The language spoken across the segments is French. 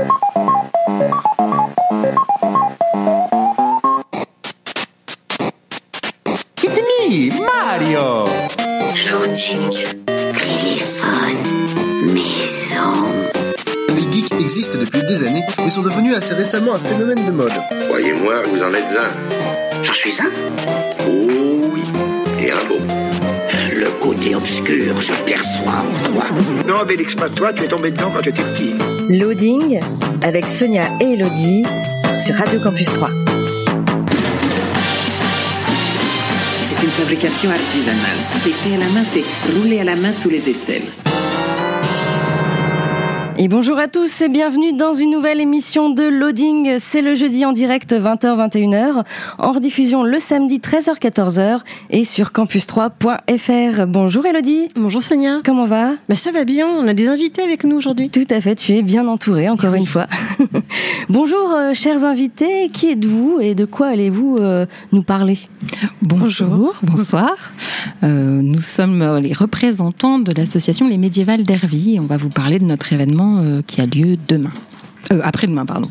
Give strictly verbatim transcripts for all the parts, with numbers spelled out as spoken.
It's me, Mario. Loading, téléphone, maison. Les geeks existent depuis des années, mais sont devenus assez récemment un phénomène de mode. Croyez-moi, vous en êtes un. J'en suis un. Oh oui, et un beau. Le côté obscur, je perçois en toi. Non, Bélix, pas toi, tu es tombé dedans quand tu étais petit. Loading avec Sonia et Elodie sur Radio Campus trois. C'est une fabrication artisanale. C'est fait à la main, c'est roulé à la main sous les aisselles. Et bonjour à tous et bienvenue dans une nouvelle émission de Loading. C'est le jeudi en direct vingt heures vingt et une heures, en rediffusion le samedi treize heures quatorze heures et sur campus trois point f r. Bonjour Elodie. Bonjour Sonia. Comment va ? Bah ça va bien, on a des invités avec nous aujourd'hui. Tout à fait, tu es bien entourée encore oui. une fois. Bonjour euh, chers invités, qui êtes-vous et de quoi allez-vous euh, nous parler ? Bonjour, Bonjour. Bonsoir. Euh, nous sommes les représentants de l'association Les Médiévales d'Hervy et on va vous parler de notre événement euh, qui a lieu demain. Euh, après-demain, pardon.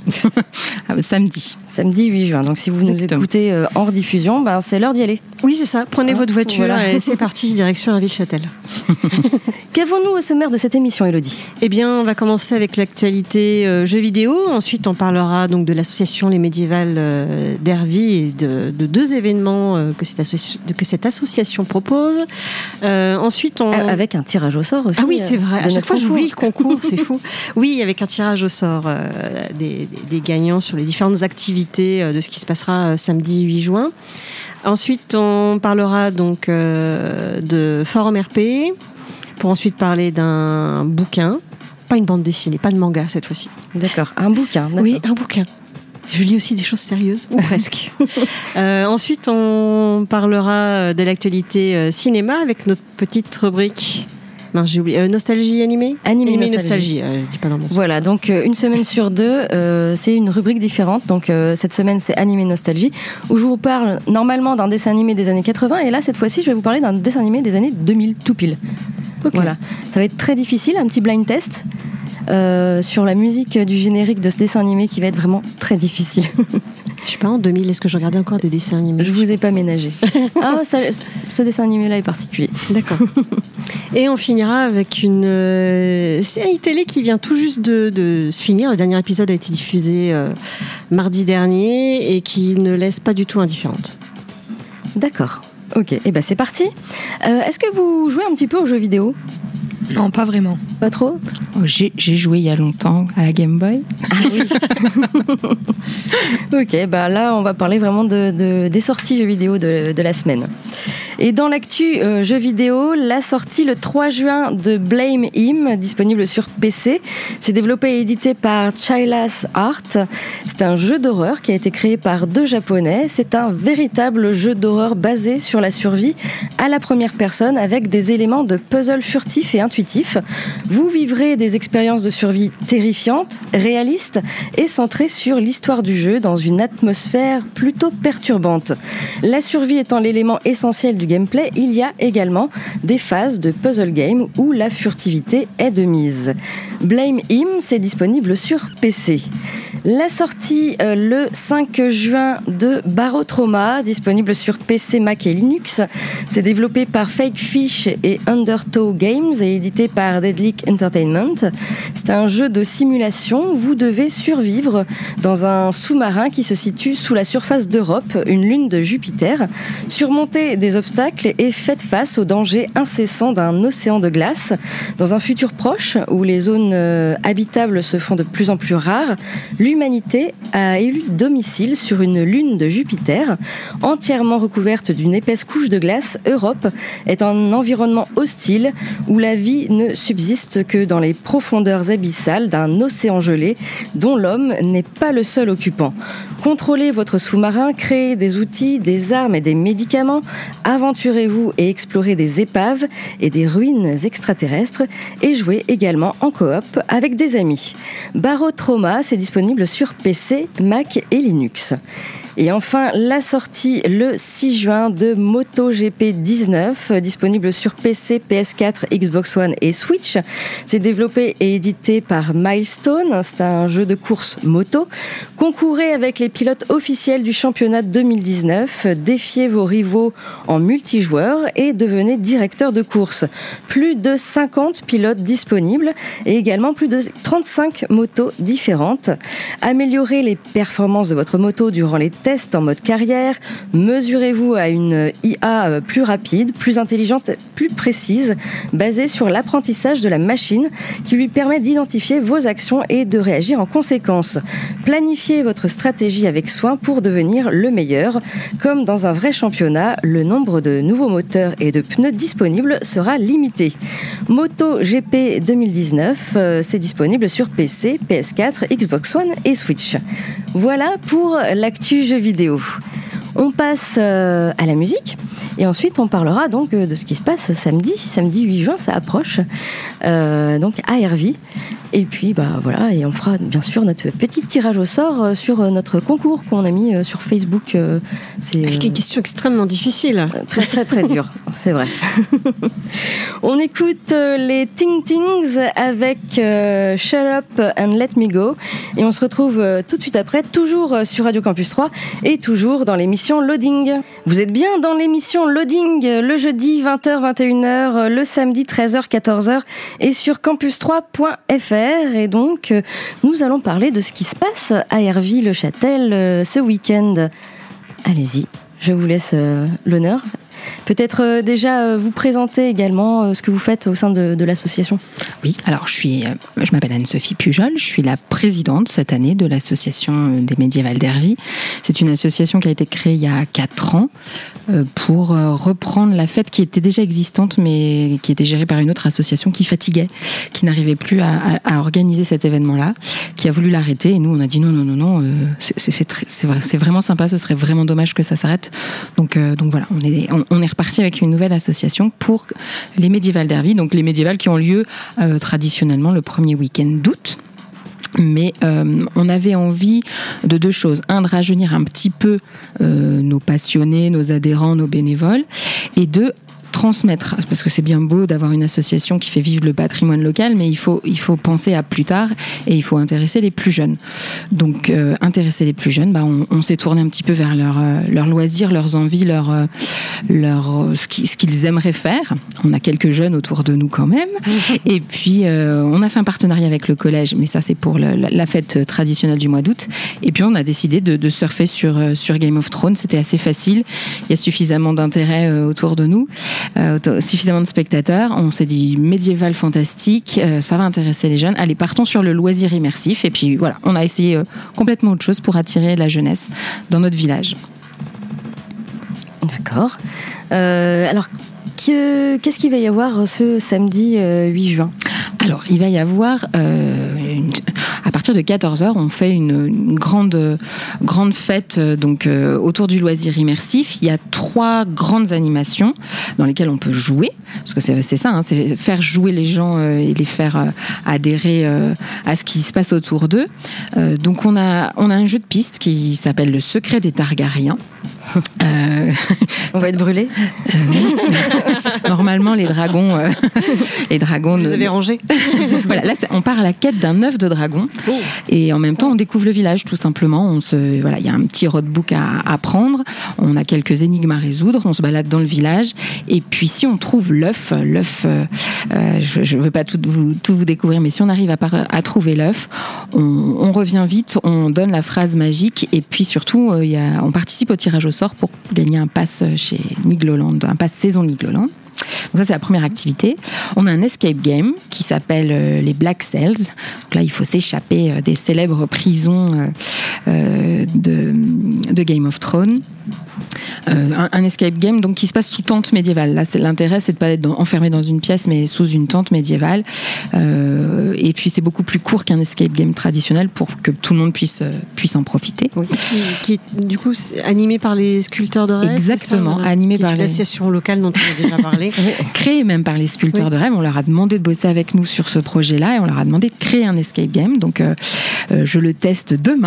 Samedi. Samedi huit juin. Donc si vous nous Exactement. écoutez euh, en rediffusion, ben, c'est l'heure d'y aller. Oui, c'est ça. Prenez hein, votre voiture voilà. et c'est parti, direction Hervy-le-Châtel. Qu'avons-nous au sommaire de cette émission, Elodie ? Eh bien, on va commencer avec l'actualité euh, jeux vidéo. Ensuite, on parlera donc de l'association Les Médiévales euh, d'Hervy et de, de deux événements euh, que, cette associ- que cette association propose. Euh, ensuite, on... Avec un tirage au sort aussi. Ah oui, c'est vrai. À chaque fois, concours. j'oublie le concours, c'est fou. Oui, avec un tirage au sort euh, des, des gagnants sur les différentes activités euh, de ce qui se passera euh, samedi huit juin. Ensuite, on parlera donc euh, de Forum R P, pour ensuite parler d'un bouquin, pas une bande dessinée, pas de manga cette fois-ci. D'accord, un bouquin. D'accord. Oui, un bouquin. Je lis aussi des choses sérieuses, ou presque. euh, ensuite, on parlera de l'actualité euh, cinéma avec notre petite rubrique. Non, j'ai oublié. Euh, nostalgie animée Animée Animé nostalgie. nostalgie. Euh, je dis pas dans mon sens. Voilà, donc euh, une semaine sur deux, euh, c'est une rubrique différente. Donc euh, cette semaine, c'est Animé nostalgie, où je vous parle normalement d'un dessin animé des années quatre-vingts. Et là, cette fois-ci, je vais vous parler d'un dessin animé des années deux mille, tout pile. Okay. Voilà, ça va être très difficile, un petit blind test euh, sur la musique du générique de ce dessin animé qui va être vraiment très difficile. Je sais pas, en deux mille, est-ce que je regardais encore des dessins animés ? Je vous ai pas ménagé. Ah, ça, ce dessin animé-là est particulier. D'accord. Et on finira avec une euh, série télé qui vient tout juste de, de se finir. Le dernier épisode a été diffusé euh, mardi dernier et qui ne laisse pas du tout indifférente. D'accord. Ok, et eh ben c'est parti. Euh, est-ce que vous jouez un petit peu aux jeux vidéo ? Non, pas vraiment. Pas trop ? Oh, j'ai, j'ai joué il y a longtemps à la Game Boy. Ah oui. Ok, bah là on va parler vraiment de, de, des sorties jeux vidéo de, de la semaine. Et dans l'actu euh, jeux vidéo, la sortie le trois juin de Blame Him, disponible sur P C. C'est développé et édité par Childless Art. C'est un jeu d'horreur qui a été créé par deux Japonais. C'est un véritable jeu d'horreur basé sur la survie à la première personne avec des éléments de puzzle furtifs et intuitifs. Vous vivrez des expériences de survie terrifiantes, réalistes et centrées sur l'histoire du jeu dans une atmosphère plutôt perturbante. La survie étant l'élément essentiel du gameplay, il y a également des phases de puzzle game où la furtivité est de mise. Blame Him, c'est disponible sur P C. La sortie euh, le cinq juin de Barotrauma, disponible sur P C, Mac et Linux. C'est développé par Fake Fish et Undertow Games et édité par Deadlick Entertainment. C'est un jeu de simulation. Vous devez survivre dans un sous-marin qui se situe sous la surface d'Europe, une lune de Jupiter. Surmontez des obstacles et faites face aux dangers incessants d'un océan de glace. Dans un futur proche, où les zones euh, habitables se font de plus en plus rares, l'humanité a élu domicile sur une lune de Jupiter. Entièrement recouverte d'une épaisse couche de glace, Europe est un environnement hostile où la vie ne subsiste que dans les profondeurs abyssales d'un océan gelé dont l'homme n'est pas le seul occupant. Contrôlez votre sous-marin, créez des outils, des armes et des médicaments, aventurez-vous et explorez des épaves et des ruines extraterrestres et jouez également en coop avec des amis. Barotrauma, c'est disponible sur P C, Mac et Linux. Et enfin, la sortie le six juin de MotoGP dix-neuf, disponible sur P C, P S quatre, Xbox One et Switch. C'est développé et édité par Milestone. C'est un jeu de course moto. Concourez avec les pilotes officiels du championnat deux mille dix-neuf. Défiez vos rivaux en multijoueur et devenez directeur de course. Plus de cinquante pilotes disponibles et également plus de trente-cinq motos différentes. Améliorez les performances de votre moto durant les tests en mode carrière. Mesurez-vous à une I A plus rapide, plus intelligente, plus précise, basée sur l'apprentissage de la machine qui lui permet d'identifier vos actions et de réagir en conséquence. Planifiez votre stratégie avec soin pour devenir le meilleur. Comme dans un vrai championnat, le nombre de nouveaux moteurs et de pneus disponibles sera limité. MotoGP deux mille dix-neuf, euh, c'est disponible sur P C, P S quatre, Xbox One et Switch. Voilà pour l'actu jeux vidéo. On passe euh, à la musique et ensuite on parlera donc de ce qui se passe samedi, samedi huit juin, ça approche, euh, donc à Hervy. Et puis bah voilà, et on fera bien sûr notre petit tirage au sort sur notre concours qu'on a mis sur Facebook. C'est avec une question extrêmement difficile, très très très dur, c'est vrai. On écoute les Ting Tings avec euh, Shut Up and Let Me Go et on se retrouve tout de suite après, toujours sur Radio Campus trois et toujours dans l'émission Loading. Vous êtes bien dans l'émission Loading le jeudi vingt heures vingt et une heures, le samedi treize heures quatorze heures et sur campus trois point f r. Et donc, nous allons parler de ce qui se passe à Hervy-le-Châtel ce week-end. Allez-y, je vous laisse l'honneur. Peut-être déjà vous présenter également ce que vous faites au sein de, de l'association. Oui, alors je suis, je m'appelle Anne-Sophie Pujol, je suis la présidente cette année de l'association des médiévales d'Hervy. C'est une association qui a été créée il y a quatre ans pour reprendre la fête qui était déjà existante mais qui était gérée par une autre association qui fatiguait, qui n'arrivait plus à, à, à organiser cet événement-là, qui a voulu l'arrêter et nous on a dit non, non, non, non, euh, c'est, c'est, c'est, très, c'est, vrai, c'est vraiment sympa, ce serait vraiment dommage que ça s'arrête. Donc, euh, donc voilà, on est, on, on est reparti avec une nouvelle association pour les médiévales d'Hervy, donc les médiévales qui ont lieu euh, traditionnellement le premier week-end d'août. Mais euh, on avait envie de deux choses. Un, de rajeunir un petit peu euh, nos passionnés, nos adhérents, nos bénévoles. Et deux, transmettre, parce que c'est bien beau d'avoir une association qui fait vivre le patrimoine local, mais il faut, il faut penser à plus tard et il faut intéresser les plus jeunes. Donc, euh, intéresser les plus jeunes, bah, on, on s'est tourné un petit peu vers leurs euh, leur loisirs, leurs envies, leur, euh, leur, euh, ce, qui, ce qu'ils aimeraient faire. On a quelques jeunes autour de nous quand même. Et puis, euh, on a fait un partenariat avec le collège, mais ça, c'est pour le, la, la fête traditionnelle du mois d'août. Et puis, on a décidé de, de surfer sur, sur Game of Thrones. C'était assez facile. Il y a suffisamment d'intérêt euh, autour de nous. Euh, suffisamment de spectateurs, on s'est dit médiéval fantastique, euh, ça va intéresser les jeunes, allez partons sur le loisir immersif et puis voilà, on a essayé euh, complètement autre chose pour attirer la jeunesse dans notre village. D'accord. Euh, alors que, qu'est-ce qu'il va y avoir ce samedi euh, huit juin ? Alors, il va y avoir, euh, une, à partir de quatorze heures, on fait une, une grande, grande fête donc, euh, autour du loisir immersif. Il y a trois grandes animations dans lesquelles on peut jouer, parce que c'est, c'est ça, hein, c'est faire jouer les gens euh, et les faire euh, adhérer euh, à ce qui se passe autour d'eux. Euh, donc, on a, on a un jeu de piste qui s'appelle Le Secret des Targaryens. Euh, on va être brûlés. Euh, Normalement, les dragons, euh, les dragons. Vous ne... avez rangé. Voilà, là, on part à la quête d'un œuf de dragon, oh. Et en même temps, on découvre le village, tout simplement. On se, voilà, il y a un petit roadbook à, à prendre. On a quelques énigmes à résoudre. On se balade dans le village, et puis si on trouve l'œuf, l'œuf, euh, euh, je ne veux pas tout vous, tout vous découvrir, mais si on arrive à, par, à trouver l'œuf, on, on revient vite, on donne la phrase magique, et puis surtout, euh, y a, on participe au tirage au sort pour gagner un pass chez Nigloland, un pass saison Nigloland. Donc ça, c'est la première activité. On a un escape game qui s'appelle euh, les Black Cells. Donc là, il faut s'échapper euh, des célèbres prisons euh, euh, de, de Game of Thrones. Euh, un, un escape game donc qui se passe sous tente médiévale. Là, c'est, l'intérêt, c'est de pas être dans, enfermé dans une pièce, mais sous une tente médiévale. Euh, et puis, c'est beaucoup plus court qu'un escape game traditionnel pour que tout le monde puisse euh, puisse en profiter. Oui. Qui, qui est du coup animé par les sculpteurs de rêve. Exactement, c'est ça, animé par les... l'association locale dont on a déjà parlé. Créé même par les sculpteurs oui. de rêve. On leur a demandé de bosser avec nous sur ce projet-là et on leur a demandé de créer un escape game. Donc, euh, euh, je le teste demain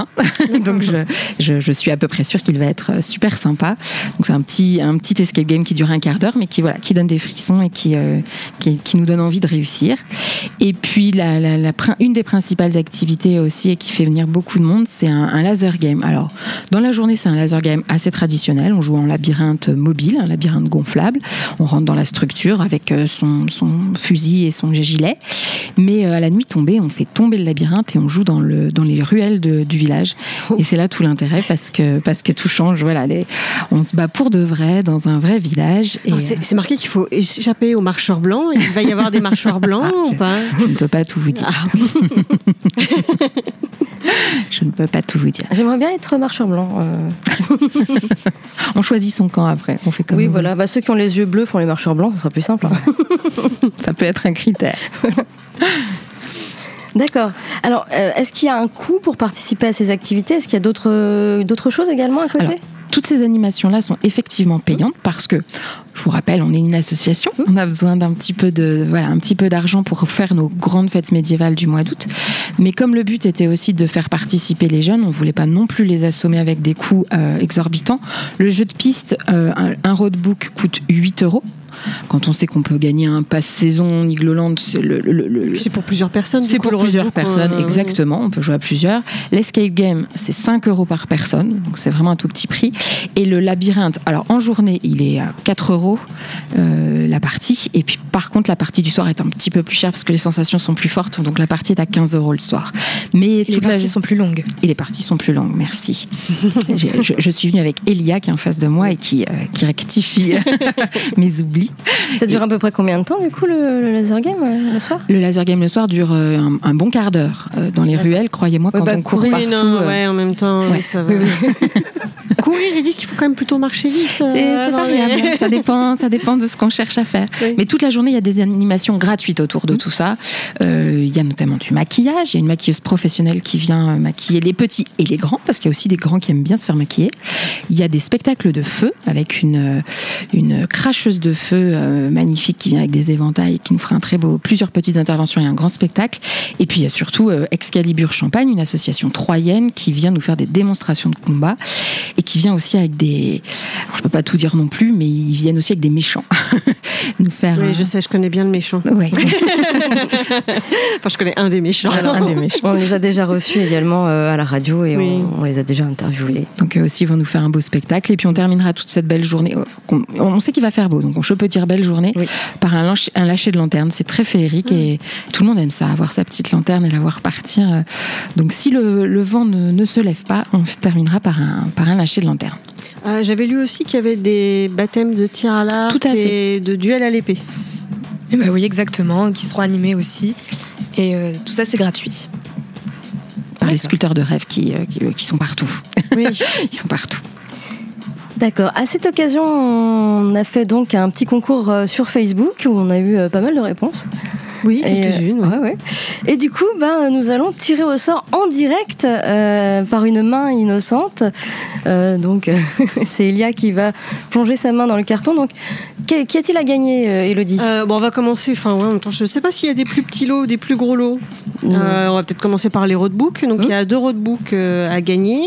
Donc je, je, je suis à peu près sûre qu'il va être super sympa. Donc c'est un petit, un petit escape game qui dure un quart d'heure, mais qui, voilà, qui donne des frissons et qui, euh, qui, qui nous donne envie de réussir. Et puis la, la, la, une des principales activités aussi et qui fait venir beaucoup de monde, c'est un, un laser game. Alors dans la journée, c'est un laser game assez traditionnel. On joue en labyrinthe mobile, un labyrinthe gonflable. On rentre dans la structure avec son, son fusil et son gilet. Mais à la nuit tombée, on fait tomber le labyrinthe et on joue dans, le, dans les ruelles de, du village. Et c'est là tout l'intérêt parce que, parce que tout change. Voilà, les, on se bat pour de vrai dans un vrai village. Et c'est, c'est marqué qu'il faut échapper aux marcheurs blancs. Il va y avoir des marcheurs blancs ah, ou je, pas? Je ne peux pas tout vous dire. Ah. Je ne peux pas tout vous dire. J'aimerais bien être marcheur blanc. Euh... on choisit son camp après. On fait comme oui, voilà. Bah, ceux qui ont les yeux bleus font les marcheurs blancs, ça sera plus simple. Hein. Ça peut être un critère. D'accord. Alors, euh, est-ce qu'il y a un coût pour participer à ces activités? Est-ce qu'il y a d'autres, euh, d'autres choses également à côté? Alors, toutes ces animations-là sont effectivement payantes parce que, je vous rappelle, on est une association. On a besoin d'un petit peu de, voilà, un petit peu d'argent pour faire nos grandes fêtes médiévales du mois d'août. Mais comme le but était aussi de faire participer les jeunes, on voulait pas non plus les assommer avec des coûts euh, exorbitants. Le jeu de piste, euh, un, un roadbook coûte huit euros. Quand on sait qu'on peut gagner un pass saison Igloland, c'est, le, le, le, c'est pour plusieurs personnes. C'est pour plusieurs personnes, euh... exactement. On peut jouer à plusieurs. L'escape game, c'est cinq euros par personne, donc c'est vraiment un tout petit prix. Et le labyrinthe, alors en journée, il est à quatre euros euh, la partie. Et puis par contre, la partie du soir est un petit peu plus chère parce que les sensations sont plus fortes. Donc la partie est à quinze euros le soir. Mais et les parties la... sont plus longues. Et les parties sont plus longues, merci. je, je suis venue avec Elia qui est en face de moi et qui, euh, qui rectifie mes oublis. Ça dure à peu près combien de temps du coup le, le laser game le soir? Le laser game le soir dure euh, un, un bon quart d'heure euh, dans les ruelles, croyez-moi, quand oui, bah, on court oui, partout. Non, euh... ouais, en même temps, ouais. Oui, ça va. Oui, oui. Courir, ils disent qu'il faut quand même plutôt marcher vite. Euh, c'est c'est variable, les... ça dépend, ça dépend de ce qu'on cherche à faire. Oui. Mais toute la journée, il y a des animations gratuites autour de mmh. tout ça. Euh, il y a notamment du maquillage. Il y a une maquilleuse professionnelle qui vient maquiller les petits et les grands, parce qu'il y a aussi des grands qui aiment bien se faire maquiller. Il y a des spectacles de feu avec une, une cracheuse de feu euh, magnifique qui vient avec des éventails, qui nous fera un très beau, plusieurs petites interventions et un grand spectacle. Et puis il y a surtout euh, Excalibur Champagne, une association troyenne qui vient nous faire des démonstrations de combat et qui vient aussi avec des... Alors, je peux pas tout dire non plus, mais ils viennent aussi avec des méchants. nous faire oui, un... je sais, je connais bien le méchant. Ouais. Enfin, je connais un des méchants. Alors, un des méchants. On les a déjà reçus également euh, à la radio et oui. on, on les a déjà interviewés. Donc eux aussi, ils vont nous faire un beau spectacle. Et puis on terminera toute cette belle journée. On, on sait qu'il va faire beau, donc je peux dire belle journée, oui. par un, lâcher, un lâcher de lanterne. C'est très féerique mmh. et tout le monde aime ça, avoir sa petite lanterne et la voir partir. Donc si le, le vent ne, ne se lève pas, on terminera par un, par un lâcher de lanterne. Euh, j'avais lu aussi qu'il y avait des baptêmes de tir à l'arc Tout à fait. Et de duel à l'épée. Et bah oui, exactement, qui seront animés aussi. Et euh, tout ça, c'est gratuit. Par les sculpteurs de rêve qui, euh, qui, qui sont partout. Oui, ils sont partout. D'accord. À cette occasion, on a fait donc un petit concours sur Facebook où on a eu pas mal de réponses. Oui, quelques-unes. Et, euh, ouais, ouais. Et du coup, ben, nous allons tirer au sort en direct euh, par une main innocente. Euh, donc, euh, c'est Elia qui va plonger sa main dans le carton. Donc, qu'y, qu'y a-t-il à gagner, euh, Élodie euh, Bon, on va commencer. Enfin, ouais, en même temps, je ne sais pas s'il y a des plus petits lots ou des plus gros lots. Mmh. Euh, on va peut-être commencer par les roadbooks. Donc, mmh. il y a deux roadbooks euh, à gagner.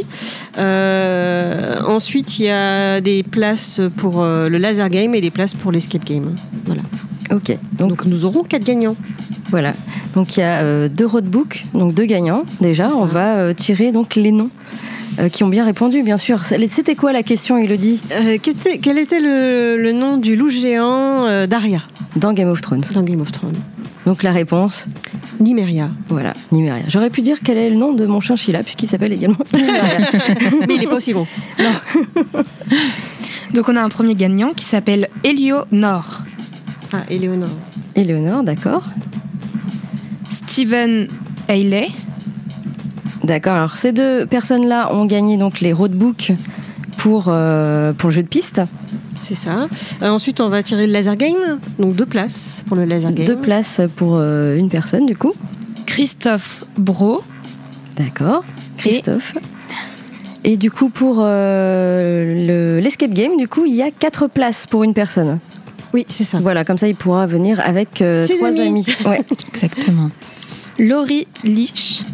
Euh, ensuite, il y a des places pour euh, le laser game et des places pour l'escape game. Voilà. Ok. Donc, donc nous aurons quatre gagnants. Voilà. Donc il y a euh, deux roadbooks, donc deux gagnants. Déjà, on va euh, tirer donc les noms euh, qui ont bien répondu, bien sûr. C'était quoi la question, Élodie ? euh, Quel était le, le nom du loup géant euh, d'Arya dans Game of Thrones. Dans Game of Thrones. Donc la réponse ? Nymeria. Voilà, Nymeria. J'aurais pu dire quel est le nom de mon chinchilla, puisqu'il s'appelle également Nymeria. Mais il n'est pas aussi bon. Non. Donc on a un premier gagnant qui s'appelle Éléonore. Ah, Éléonore. Éléonore, d'accord. Steven Haley. D'accord, alors ces deux personnes-là ont gagné donc les roadbooks pour, euh, pour le jeu de piste. C'est ça. Euh, ensuite, on va tirer le laser game. Donc deux places pour le laser game. Deux places pour euh, une personne, du coup. Christophe Bro. D'accord, Christophe. Et, Et du coup, pour euh, le, l'escape game, du coup, il y a quatre places pour une personne. Oui, c'est ça. Voilà, comme ça, il pourra venir avec euh, trois amis. amis. Ouais. Exactement. Laurie Lich.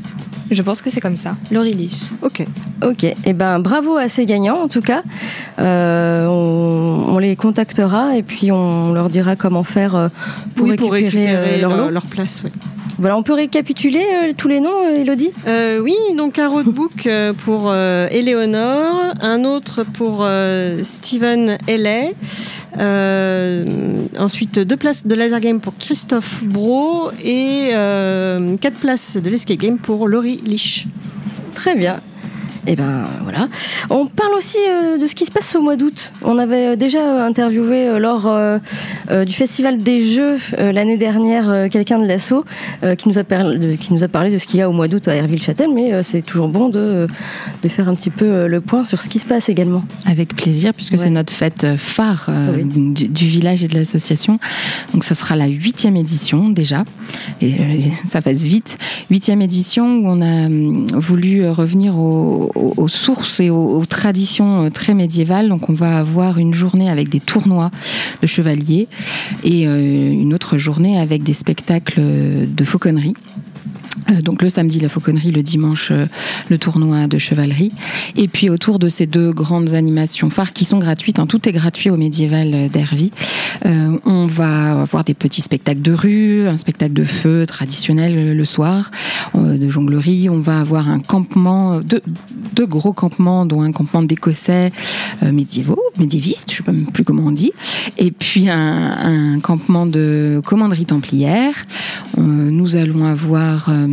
Je pense que c'est comme ça. Laurie Lich. Ok. Ok. Et ben bravo à ces gagnants en tout cas. Euh, on, on les contactera et puis on leur dira comment faire euh, pour, oui, récupérer, pour récupérer euh, leur, leur, lot. leur place. Oui. Voilà, on peut récapituler euh, tous les noms, euh, Elodie euh, Oui, donc un roadbook euh, pour euh, Éléonore, un autre pour euh, Steven Helley, euh, ensuite deux places de laser game pour Christophe Bro et euh, quatre places de l'escape game pour Laurie Lich. Très bien. Et ben voilà. On parle aussi euh, de ce qui se passe au mois d'août. On avait déjà interviewé euh, lors euh, euh, du Festival des Jeux euh, l'année dernière euh, quelqu'un de l'asso euh, qui, nous a par- de, qui nous a parlé de ce qu'il y a au mois d'août à Herville-Châtel, mais euh, c'est toujours bon de, de faire un petit peu euh, le point sur ce qui se passe également. Avec plaisir, puisque ouais. c'est notre fête phare euh, oui. du, du village et de l'association. Donc ce sera la huitième édition déjà. Et euh, ça passe vite. Huitième édition où on a euh, voulu revenir au Aux, aux sources et aux, aux traditions très médiévales. Donc on va avoir une journée avec des tournois de chevaliers et euh, une autre journée avec des spectacles de fauconnerie. Euh, donc le samedi la fauconnerie, le dimanche euh, le tournoi de chevalerie. Et puis autour de ces deux grandes animations phares qui sont gratuites, hein, tout est gratuit au médiéval d'Hervy, euh, on va avoir des petits spectacles de rue, un spectacle de feu traditionnel le soir, euh, de jonglerie. On va avoir un campement, deux, deux gros campements, dont un campement d'Écossais euh, médiévaux, médiévistes, je ne sais même plus comment on dit, et puis un, un campement de commanderie templière. Euh, nous allons avoir euh,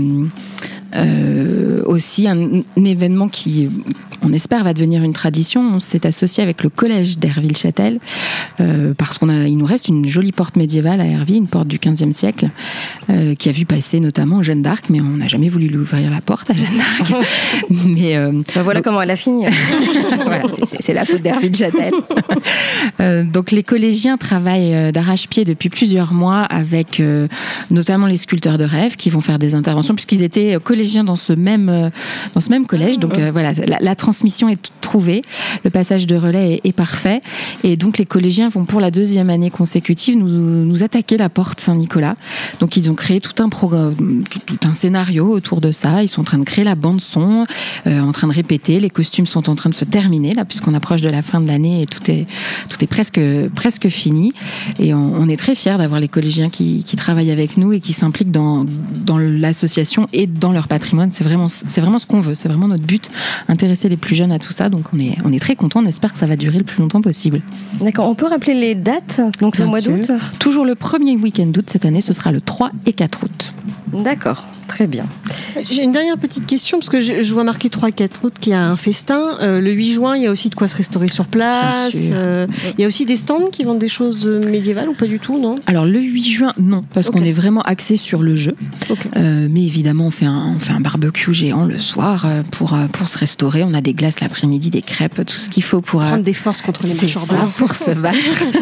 Euh, aussi un, un événement qui, on espère, va devenir une tradition. On s'est associé avec le collège d'Herville-Châtel euh, parce qu'on a, il nous reste une jolie porte médiévale à Hervy, une porte du quinzième siècle euh, qui a vu passer notamment Jeanne d'Arc, mais on n'a jamais voulu lui ouvrir la porte à Jeanne d'Arc. mais euh, ben voilà donc, comment elle a fini. voilà, c'est, c'est, c'est la faute d'Herville-Châtel. euh, donc les collégiens travaillent d'arrache-pied depuis plusieurs mois avec euh, notamment les sculpteurs de rêve qui vont faire des interventions puisqu'ils étaient collégiens dans ce même dans ce même collège. Donc euh, voilà, la, la transmission est trouvée, le passage de relais est, est parfait, et donc les collégiens vont pour la deuxième année consécutive nous, nous attaquer la porte Saint-Nicolas. Donc ils ont créé tout un programme, tout, tout un scénario autour de ça. Ils sont en train de créer la bande son, euh, en train de répéter. Les costumes sont en train de se terminer là, puisqu'on approche de la fin de l'année et tout est tout est presque presque fini. Et on, on est très fiers d'avoir les collégiens qui, qui travaillent avec nous et qui s'impliquent dans dans l'association et dans leur patrimoine. C'est vraiment c'est vraiment ce qu'on veut. C'est vraiment notre but, intéresser les plus jeunes à tout ça. Donc on est on est très contents. On espère que ça va durer le plus longtemps possible. D'accord. On peut rappeler les dates. Donc c'est au mois d'août. Toujours le premier week-end d'août cette année. Ce sera le trois et quatre août. D'accord. Très bien. J'ai une dernière petite question, parce que je, je vois marqué trois quatre août qu'il y a un festin. Euh, le huit juin, il y a aussi de quoi se restaurer sur place. Euh, il y a aussi des stands qui vendent des choses médiévales ou pas du tout, non ? Alors le huit juin, non, parce okay. qu'on est vraiment axé sur le jeu. Okay. Euh, mais évidemment, on fait, un, on fait un barbecue géant le soir pour, pour se restaurer. On a des glaces l'après-midi, des crêpes, tout ce qu'il faut pour... prendre des forces contre les méchants pour se battre.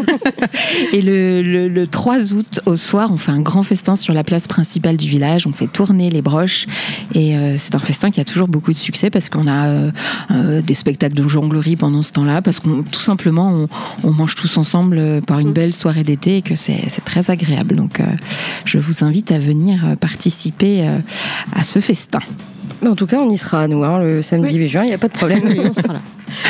Et le, le, le trois août, au soir, on fait un grand festin sur la place principale du village. On fait tourner les broches et euh, c'est un festin qui a toujours beaucoup de succès parce qu'on a euh, euh, des spectacles de jonglerie pendant ce temps-là, parce qu'on tout simplement on, on mange tous ensemble par une belle soirée d'été et que c'est, c'est très agréable. Donc euh, je vous invite à venir participer euh, à ce festin. Mais en tout cas, on y sera, nous, hein, le samedi oui. huit juin, il n'y a pas de problème. Oui, on sera là.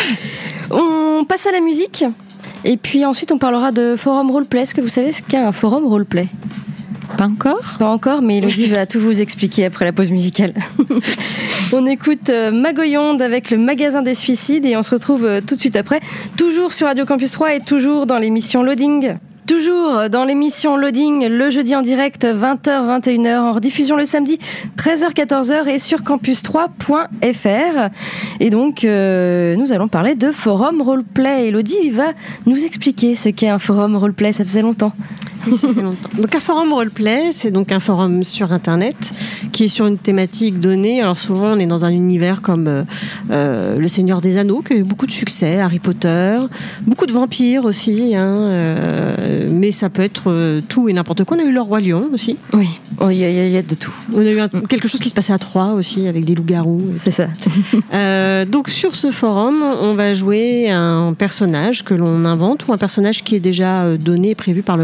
On passe à la musique et puis ensuite on parlera de forum roleplay. Est-ce que vous savez ce qu'est un forum roleplay ? Pas encore ? Pas encore, mais Elodie va tout vous expliquer après la pause musicale. On écoute Magoyonde avec le magasin des suicides et on se retrouve tout de suite après, toujours sur Radio Campus trois et toujours dans l'émission Loading. Toujours dans l'émission Loading, le jeudi en direct, vingt heures vingt et une heures, en rediffusion le samedi, treize heures quatorze heures et sur campus trois point f r. Et donc, euh, nous allons parler de forum roleplay. Elodie va nous expliquer ce qu'est un forum roleplay, ça faisait longtemps. Oui, ça fait longtemps. Donc un forum roleplay, c'est donc un forum sur Internet qui est sur une thématique donnée. Alors souvent, on est dans un univers comme euh, euh, Le Seigneur des Anneaux, qui a eu beaucoup de succès, Harry Potter, beaucoup de vampires aussi, hein, euh, mais ça peut être euh, tout et n'importe quoi. On a eu Le Roi Lion aussi. Oui, il oh, y, y, y a de tout. On a eu un, quelque chose qui se passait à Troyes aussi, avec des loups-garous. C'est ça. euh, donc sur ce forum, on va jouer un personnage que l'on invente ou un personnage qui est déjà donné et prévu par le maître du jeu.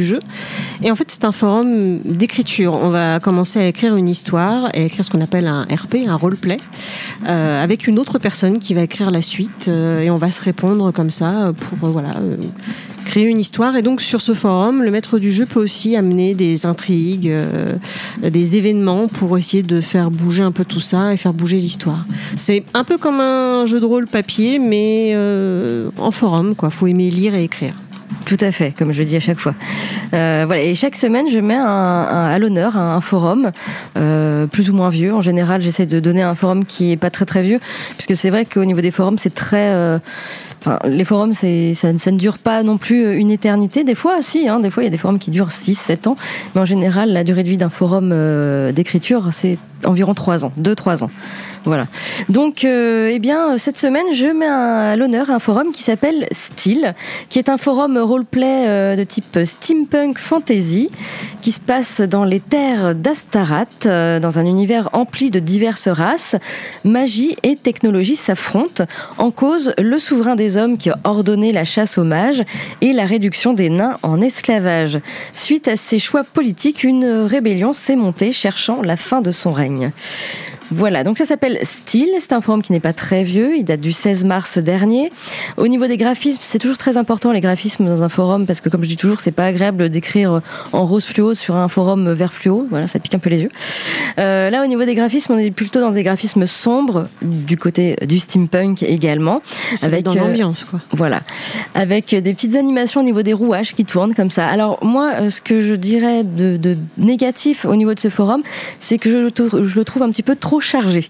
jeu. Et en fait, c'est un forum d'écriture. On va commencer à écrire une histoire, et écrire ce qu'on appelle un R P, un roleplay, euh, avec une autre personne qui va écrire la suite, euh, et on va se répondre comme ça pour euh, voilà. Euh, créer une histoire. Et donc sur ce forum, le maître du jeu peut aussi amener des intrigues, euh, des événements pour essayer de faire bouger un peu tout ça et faire bouger l'histoire. C'est un peu comme un jeu de rôle papier, mais euh, en forum, quoi. Faut aimer lire et écrire. Tout à fait, comme je le dis à chaque fois. Euh, voilà, et chaque semaine, je mets un, un, à l'honneur un, un forum, euh, plus ou moins vieux. En général, j'essaie de donner un forum qui est pas très très vieux, puisque c'est vrai qu'au niveau des forums, c'est très... Euh, Enfin, les forums, c'est, ça, ça ne dure pas non plus une éternité. Des fois, si, hein, des fois, il y a des forums qui durent six, sept ans. Mais en général, la durée de vie d'un forum euh, d'écriture, c'est environ trois ans, deux trois ans. Voilà. Donc, euh, eh bien, cette semaine, je mets un, à l'honneur un forum qui s'appelle Steel, qui est un forum roleplay euh, de type steampunk fantasy, qui se passe dans les terres d'Astaroth, euh, dans un univers empli de diverses races. Magie et technologie s'affrontent. En cause, le souverain des hommes qui a ordonné la chasse aux mages et la réduction des nains en esclavage. Suite à ces choix politiques, une rébellion s'est montée, cherchant la fin de son règne. Voilà, donc ça s'appelle Steel, c'est un forum qui n'est pas très vieux, il date du seize mars dernier. Au niveau des graphismes, c'est toujours très important les graphismes dans un forum, parce que comme je dis toujours, c'est pas agréable d'écrire en rose fluo sur un forum vert fluo, voilà, ça pique un peu les yeux. Euh, là, au niveau des graphismes, on est plutôt dans des graphismes sombres, du côté du steampunk également. C'est avec dans l'ambiance, quoi. Euh, voilà, avec des petites animations au niveau des rouages qui tournent comme ça. Alors moi, ce que je dirais de, de négatif au niveau de ce forum, c'est que je, je le trouve un petit peu trop chargé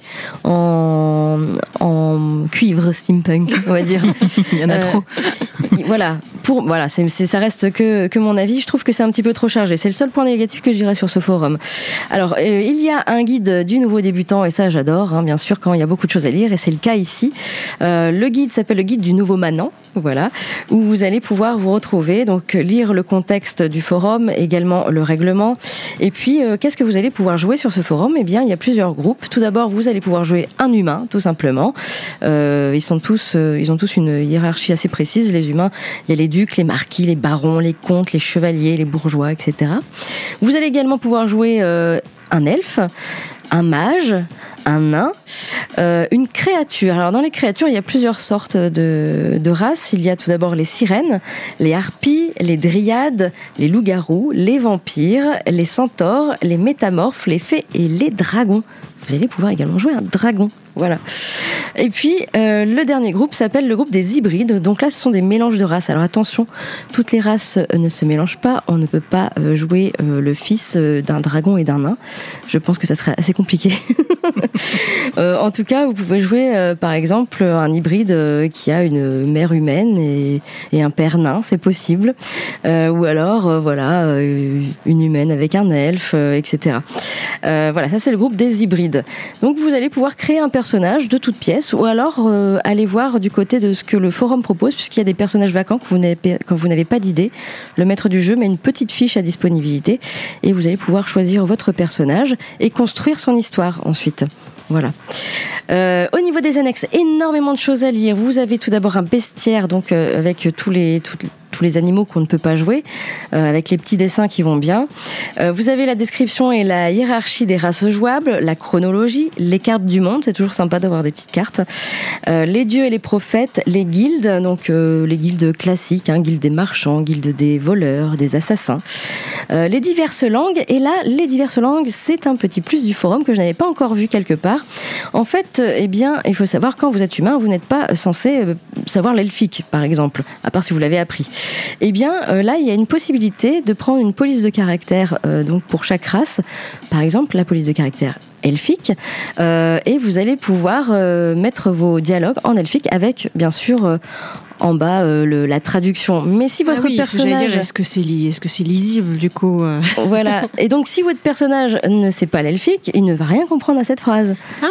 en, en cuivre steampunk, on va dire. Il y en a euh, trop. Voilà, pour, voilà c'est, c'est, ça reste que, que mon avis. Je trouve que c'est un petit peu trop chargé. C'est le seul point négatif que je dirais sur ce forum. Alors, euh, il y a un guide du nouveau débutant, et ça j'adore, hein, bien sûr, quand il y a beaucoup de choses à lire, et c'est le cas ici. Euh, le guide s'appelle le guide du nouveau manant, voilà, où vous allez pouvoir vous retrouver, donc lire le contexte du forum, également le règlement, et puis euh, qu'est-ce que vous allez pouvoir jouer sur ce forum? Eh bien, il y a plusieurs groupes. Tout d'abord, vous allez pouvoir jouer un humain, tout simplement. Euh, ils sont tous, euh, ils ont tous une hiérarchie assez précise. Les humains, il y a les ducs, les marquis, les barons, les comtes, les chevaliers, les bourgeois, et cetera. Vous allez également pouvoir jouer euh, un elfe, un mage, un nain, euh, une créature. Alors dans les créatures, il y a plusieurs sortes de, de races. Il y a tout d'abord les sirènes, les harpies, les dryades, les loups-garous, les vampires, les centaures, les métamorphes, les fées et les dragons. Vous allez pouvoir également jouer un dragon. Voilà. Et puis, euh, le dernier groupe s'appelle le groupe des hybrides. Donc là, ce sont des mélanges de races. Alors attention, toutes les races euh, ne se mélangent pas. On ne peut pas euh, jouer euh, le fils euh, d'un dragon et d'un nain. Je pense que ça serait assez compliqué. euh, en tout cas, vous pouvez jouer, euh, par exemple, un hybride euh, qui a une mère humaine et, et un père nain. C'est possible. Euh, ou alors, euh, voilà, euh, une humaine avec un elfe, euh, et cetera. Euh, voilà, ça c'est le groupe des hybrides. Donc vous allez pouvoir créer un personnage de toute pièce, ou alors euh, aller voir du côté de ce que le forum propose, puisqu'il y a des personnages vacants que vous n'avez, quand vous n'avez pas d'idée. Le maître du jeu met une petite fiche à disponibilité et vous allez pouvoir choisir votre personnage et construire son histoire ensuite. Voilà. Euh, au niveau des annexes, énormément de choses à lire. Vous avez tout d'abord un bestiaire, donc euh, avec tous les, toutes les tous les animaux qu'on ne peut pas jouer, euh, avec les petits dessins qui vont bien. Euh, vous avez la description et la hiérarchie des races jouables, la chronologie, les cartes du monde, c'est toujours sympa d'avoir des petites cartes, euh, les dieux et les prophètes, les guildes, donc euh, les guildes classiques, hein, guildes des marchands, guildes des voleurs, des assassins, euh, les diverses langues, et là, les diverses langues, c'est un petit plus du forum que je n'avais pas encore vu quelque part. En fait, eh bien, il faut savoir, quand vous êtes humain, vous n'êtes pas censé savoir l'elfique, par exemple, à part si vous l'avez appris. Eh bien, euh, là, il y a une possibilité de prendre une police de caractère euh, donc pour chaque race. Par exemple, la police de caractère elfique, euh, et vous allez pouvoir euh, mettre vos dialogues en elfique avec, bien sûr, euh, en bas euh, le, la traduction. Mais si votre ah oui, personnage, dire, est-ce que c'est li... est-ce que c'est lisible du coup euh... Voilà. Et donc, si votre personnage ne sait pas l'elfique, il ne va rien comprendre à cette phrase. Ah.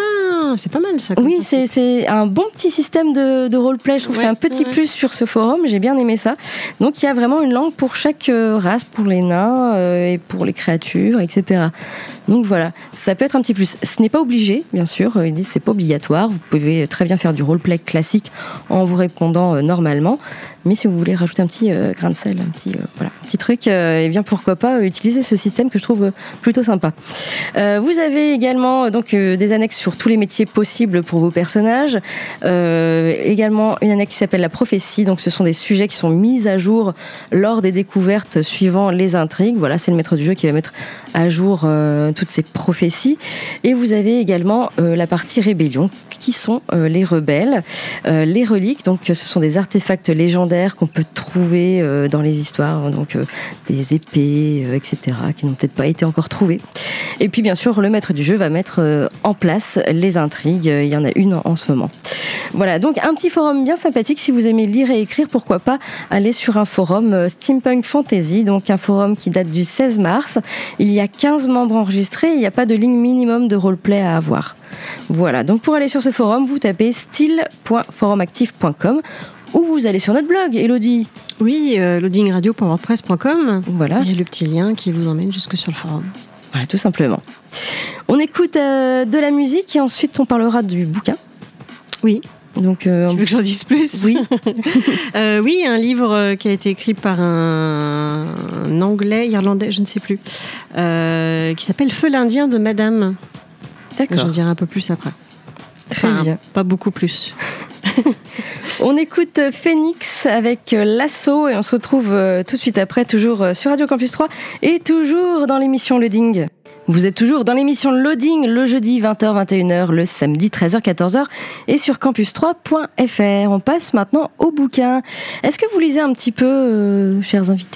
Ah, c'est pas mal ça. Oui, c'est, c'est un bon petit système de, de roleplay. Je trouve ouais, que c'est un petit ouais. plus sur ce forum. J'ai bien aimé ça. Donc il y a vraiment une langue pour chaque race, pour les nains euh, et pour les créatures, et cetera. Donc voilà, ça peut être un petit plus. Ce n'est pas obligé, bien sûr. Ils disent que c'est pas obligatoire. Vous pouvez très bien faire du roleplay classique en vous répondant euh, normalement. Mais si vous voulez rajouter un petit euh, grain de sel, un petit, euh, voilà, un petit truc, euh, eh bien pourquoi pas euh, utiliser ce système que je trouve euh, plutôt sympa. Euh, vous avez également euh, donc euh, des annexes sur tous les métiers possibles pour vos personnages. Euh, également une annexe qui s'appelle la prophétie. Donc ce sont des sujets qui sont mis à jour lors des découvertes suivant les intrigues. Voilà, c'est le maître du jeu qui va mettre à jour euh, toutes ces prophéties. Et vous avez également euh, la partie rébellion, qui sont euh, les rebelles, euh, les reliques. Donc ce sont des artefacts légendaires qu'on peut trouver euh, dans les histoires, donc euh, des épées, euh, et cetera, qui n'ont peut-être pas été encore trouvées. Et puis bien sûr, le maître du jeu va mettre euh, en place les intrigues. Il y en a une en ce moment. Voilà, donc un petit forum bien sympathique. Si vous aimez lire et écrire, pourquoi pas aller sur un forum euh, Steampunk Fantasy, donc un forum qui date du seize mars. Il y a quinze membres enregistrés. Il n'y a pas de ligne minimum de roleplay à avoir. Voilà, donc pour aller sur ce forum, vous tapez style point forumactif point com ou vous allez sur notre blog, Elodie. Oui, euh, loadingradio point wordpress point com. Voilà. Il y a le petit lien qui vous emmène jusque sur le forum. Voilà, tout simplement. On écoute euh, de la musique et ensuite on parlera du bouquin. Oui. Donc, euh, tu veux que j'en dise plus ? Oui. euh, oui, un livre qui a été écrit par un, un anglais, irlandais, je ne sais plus, euh, qui s'appelle Feu l'Indien de Madame. D'accord. J'en dirai un peu plus après. Très enfin, bien. Pas beaucoup plus. On écoute Phoenix avec L'Assaut et on se retrouve tout de suite après, toujours sur Radio Campus trois et toujours dans l'émission Loading. Vous êtes toujours dans l'émission Loading le jeudi vingt heures vingt et une heures, le samedi treize heures quatorze heures et sur campus trois point f r. On passe maintenant au bouquin. Est-ce que vous lisez un petit peu, euh, chers invités ?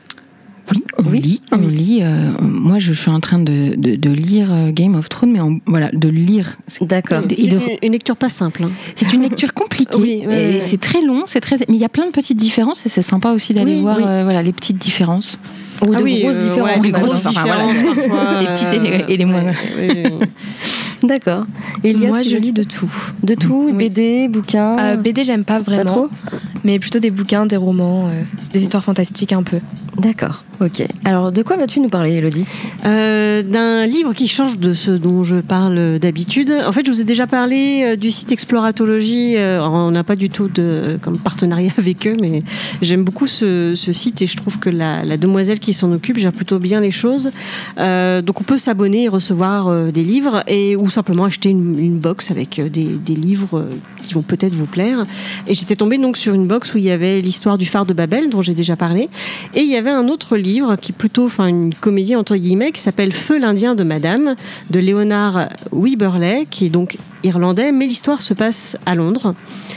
Oui, on oui, lit. On oui. lit euh, moi, je suis en train de, de, de lire Game of Thrones, mais en, voilà, de lire. D'accord. C'est une, de... une lecture pas simple. Hein. C'est une lecture compliquée. oui, oui, et oui. C'est très long, c'est très. Mais il y a plein de petites différences et c'est sympa aussi d'aller oui, voir oui. Euh, voilà, les petites différences. Ou de ah oui, grosses euh, différences. Ouais, les grosses grosses différences, enfin, voilà. parfois. Les petites et les, et les moins. Ouais, oui, oui. D'accord. Elia, moi, je lis de tout. De tout, oui. B D, bouquins. Euh, B D, j'aime pas vraiment. Pas trop. Mais plutôt des bouquins, des romans, euh, des histoires fantastiques un peu. D'accord. Ok. Alors, de quoi vas-tu nous parler, Elodie ? euh, D'un livre qui change de ce dont je parle d'habitude. En fait, je vous ai déjà parlé euh, du site Exploratologie. Euh, on n'a pas du tout de comme partenariat avec eux, mais j'aime beaucoup ce, ce site et je trouve que la, la demoiselle qui s'en occupe gère plutôt bien les choses. Euh, donc, on peut s'abonner et recevoir euh, des livres et ou simplement acheter une, une box avec euh, des, des livres euh, qui vont peut-être vous plaire. Et j'étais tombée donc sur une box où il y avait l'histoire du phare de Babel dont j'ai déjà parlé et il y avait un autre livre qui est plutôt enfin, une comédie entre guillemets qui s'appelle Feu l'Indien de Madame de Leonard Wyberley qui est donc irlandais mais l'histoire se passe à Londres.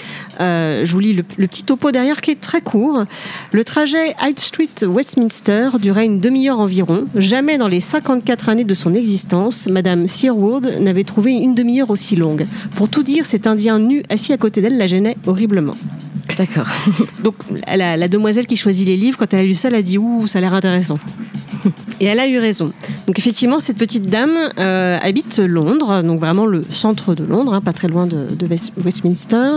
Euh, je vous lis le, le petit topo derrière qui est très court. Le trajet High Street-Westminster durait une demi-heure environ. Jamais dans les cinquante-quatre années de son existence, Madame Searwood n'avait trouvé une demi-heure aussi longue. Pour tout dire, cet Indien nu assis à côté d'elle la gênait horriblement. D'accord. Donc la, la demoiselle qui choisit les livres, quand elle a lu ça, elle a dit « Ouh, ça a l'air intéressant ». Et elle a eu raison. Donc effectivement, cette petite dame euh, habite Londres, donc vraiment le centre de Londres, hein, pas très loin de, de West, Westminster.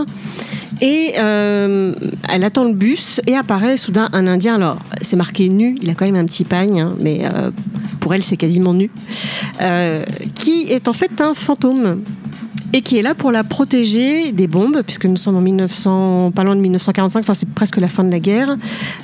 Et euh, elle attend le bus et apparaît soudain un Indien. Alors, c'est marqué nu, il a quand même un petit pagne, hein, mais euh, pour elle, c'est quasiment nu. Euh, qui est en fait un fantôme. Et qui est là pour la protéger des bombes, puisque nous sommes en mille neuf cents, pas loin de mille neuf cent quarante-cinq, enfin c'est presque la fin de la guerre.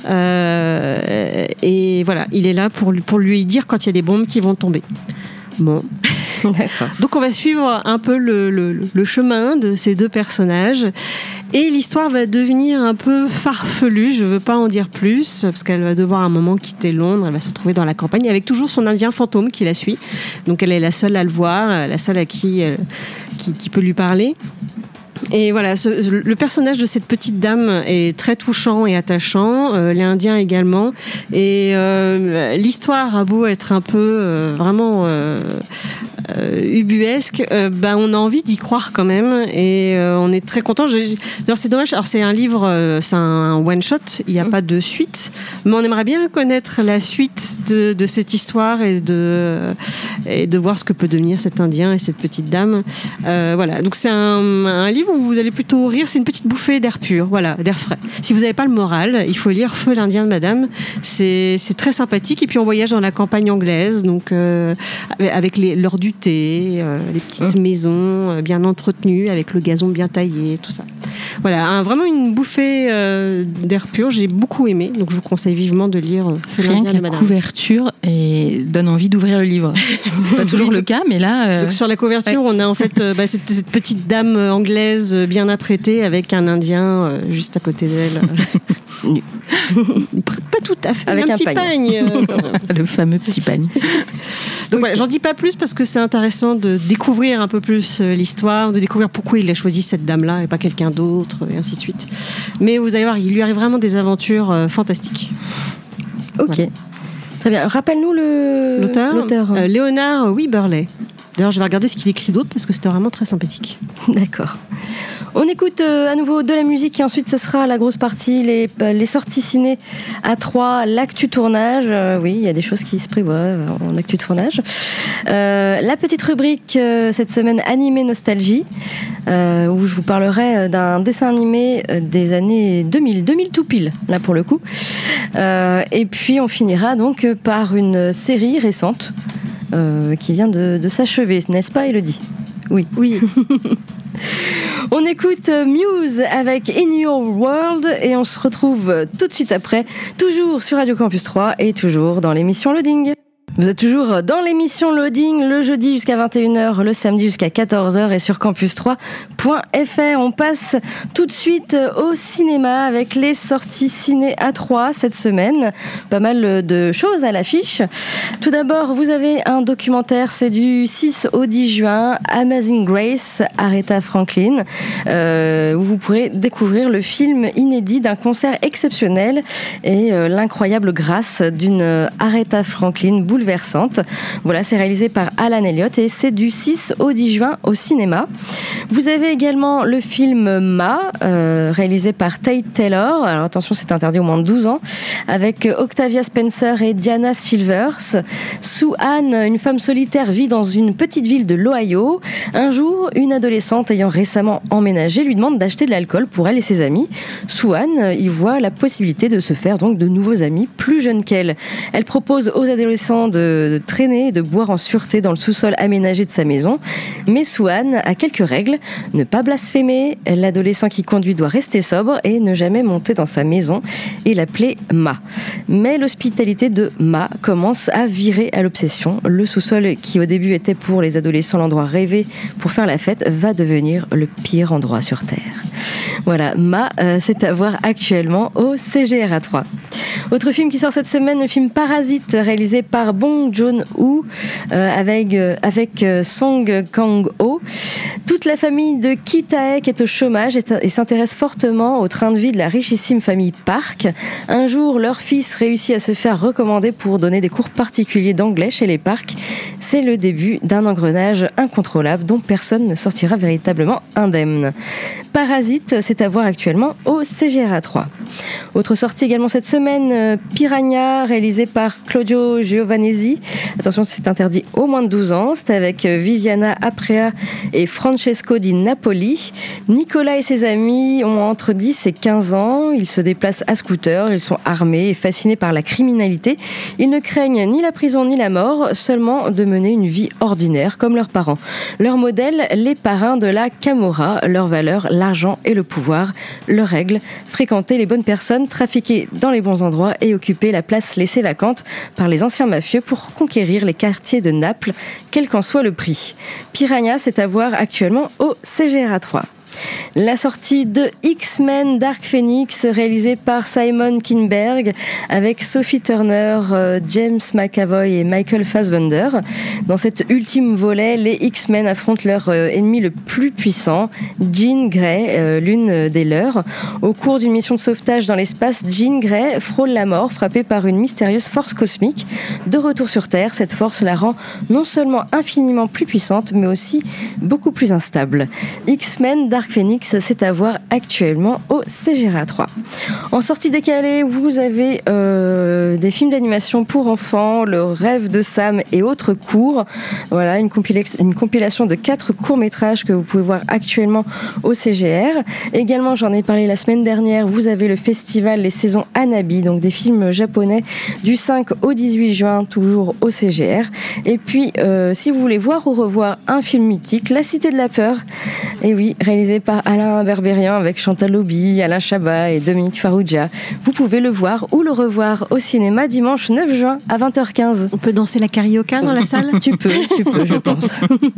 Euh, et voilà, il est là pour lui, pour lui dire quand il y a des bombes qui vont tomber. Bon. D'accord. Donc on va suivre un peu le, le, le chemin de ces deux personnages. Et l'histoire va devenir un peu farfelue, je ne veux pas en dire plus, parce qu'elle va devoir à un moment quitter Londres, elle va se retrouver dans la campagne, avec toujours son Indien fantôme qui la suit. Donc elle est la seule à le voir, la seule à qui, elle, qui, qui peut lui parler. Et voilà, ce, le personnage de cette petite dame est très touchant et attachant, euh, les Indiens également. Et euh, l'histoire a beau être un peu euh, vraiment euh, euh, ubuesque, euh, ben on a envie d'y croire quand même et euh, on est très content. J'ai... C'est dommage. Alors c'est un livre, euh, c'est un one shot. Il n'y a mmh. pas de suite, mais on aimerait bien connaître la suite de, de cette histoire et de et de voir ce que peut devenir cet Indien et cette petite dame. Euh, voilà. Donc c'est un, un livre où vous allez plutôt rire. C'est une petite bouffée d'air pur, voilà, d'air frais. Si vous n'avez pas le moral, il faut lire Feu l'Indien de Madame. C'est, c'est très sympathique. Et puis on voyage dans la campagne anglaise, donc euh, avec les, l'heure du thé, euh, les petites mmh. maisons euh, bien entretenues, avec le gazon bien taillé, tout ça. Voilà, un, vraiment une bouffée euh, d'air pur. J'ai beaucoup aimé, donc je vous conseille vivement de lire Feu Rien l'Indien que de la Madame. Couverture et donne envie d'ouvrir le livre. C'est pas toujours le cas, mais là. Euh... Donc sur la couverture, ouais. on a en fait euh, bah, cette, cette petite dame anglaise bien apprêtée avec un Indien euh, juste à côté d'elle. Pas tout à fait, avec un, un petit pagne. pagne. Euh, le fameux petit pagne. Donc voilà, j'en dis pas plus parce que c'est intéressant de découvrir un peu plus l'histoire, de découvrir pourquoi il a choisi cette dame-là et pas quelqu'un d'autre, et ainsi de suite. Mais vous allez voir, il lui arrive vraiment des aventures euh, fantastiques. Ok, voilà. Très bien. Rappelle-nous le... l'auteur, l'auteur. Euh, Léonard Wyberley. D'ailleurs, je vais regarder ce qu'il écrit d'autre parce que c'était vraiment très sympathique. D'accord. On écoute euh, à nouveau de la musique et ensuite ce sera la grosse partie, les, les sorties ciné à trois, l'actu tournage. Euh, oui, il y a des choses qui se prévoient en actu tournage. Euh, la petite rubrique euh, cette semaine animé nostalgie, euh, où je vous parlerai d'un dessin animé des années deux mille, deux mille tout pile, là pour le coup. Euh, et puis on finira donc par une série récente euh, qui vient de, de s'achever, n'est-ce pas, Élodie ? Oui. Oui. On écoute Muse avec In Your World et on se retrouve tout de suite après, toujours sur Radio Campus trois et toujours dans l'émission Loading. Vous êtes toujours dans l'émission Loading, le jeudi jusqu'à vingt et une heures, le samedi jusqu'à quatorze heures et sur campus trois point f r. On passe tout de suite au cinéma avec les sorties ciné à trois cette semaine. Pas mal de choses à l'affiche. Tout d'abord, vous avez un documentaire, c'est du six au dix juin, Amazing Grace, Aretha Franklin, euh, où vous pourrez découvrir le film inédit d'un concert exceptionnel et euh, l'incroyable grâce d'une Aretha Franklin bouleversante. Voilà, c'est réalisé par Alan Elliott et c'est du six au dix juin au cinéma. Vous avez également le film Ma, euh, réalisé par Tate Taylor. Alors attention, c'est interdit au moins de douze ans, avec Octavia Spencer et Diana Silvers. Sue Ann, une femme solitaire, vit dans une petite ville de l'Ohio. Un jour, une adolescente ayant récemment emménagé lui demande d'acheter de l'alcool pour elle et ses amis. Sue Ann y voit la possibilité de se faire donc de nouveaux amis plus jeunes qu'elle. Elle propose aux adolescents de, de traîner et de boire en sûreté dans le sous-sol aménagé de sa maison. Mais Sue Ann a quelques règles. Ne pas blasphémer, l'adolescent qui conduit doit rester sobre et ne jamais monter dans sa maison et l'appeler Ma. Mais l'hospitalité de Ma commence à virer à l'obsession. Le sous-sol, qui au début était pour les adolescents l'endroit rêvé pour faire la fête, va devenir le pire endroit sur Terre. Voilà, Ma, euh, c'est à voir actuellement au C G R A trois. Autre film qui sort cette semaine, le film Parasite, réalisé par Bong Joon-ho, euh, avec, euh, avec euh, Song Kang-ho. Toute la famille de Ki Taek est au chômage et, t- et s'intéresse fortement au train de vie de la richissime famille Park. Un jour, leur fils réussit à se faire recommander pour donner des cours particuliers d'anglais chez les Park. C'est le début d'un engrenage incontrôlable dont personne ne sortira véritablement indemne. Parasite, c'est à voir actuellement au C G R A trois. Autre sortie également cette semaine, Piranha, réalisé par Claudio Giovanesi. Attention, c'est interdit au moins de douze ans. C'est avec Viviana Aprea et Francesco Di Napoli. Nicolas et ses amis ont entre dix et quinze ans. Ils se déplacent à scooter, ils sont armés et fascinés par la criminalité. Ils ne craignent ni la prison ni la mort, seulement de mener une vie ordinaire comme leurs parents. Leur modèle, les parrains de la Camorra. Leur valeur, l'argent et le pouvoir. Leur règle, fréquenter les bonnes personnes, trafiquer dans les bons endroits et occuper la place laissée vacante par les anciens mafieux pour conquérir les quartiers de Naples, quel qu'en soit le prix. Piranha, c'est à voir actuellement au C G R A trois. La sortie de X-Men Dark Phoenix, réalisée par Simon Kinberg, avec Sophie Turner, euh, James McAvoy et Michael Fassbender. Dans cet ultime volet, les X-Men affrontent leur euh, ennemi le plus puissant, Jean Grey, euh, l'une des leurs. Au cours d'une mission de sauvetage dans l'espace, Jean Grey frôle la mort, frappée par une mystérieuse force cosmique. De retour sur Terre, cette force la rend non seulement infiniment plus puissante, mais aussi beaucoup plus instable. X-Men Dark Phoenix, c'est à voir actuellement au C G R A trois. En sortie décalée, vous avez euh, des films d'animation pour enfants, Le rêve de Sam et autres courts. Voilà, une, compila- une compilation de quatre courts-métrages que vous pouvez voir actuellement au C G R. Également, j'en ai parlé la semaine dernière, vous avez le festival Les Saisons Hanabi, donc des films japonais du cinq au dix-huit juin, toujours au C G R. Et puis, euh, si vous voulez voir ou revoir un film mythique, La Cité de la Peur, et oui, réalisé par Alain Berberian avec Chantal Lobby, Alain Chabat et Dominique Farrugia. Vous pouvez le voir ou le revoir au cinéma dimanche neuf juin à vingt heures quinze. On peut danser la carioca dans la salle ? Tu peux, tu peux, je pense.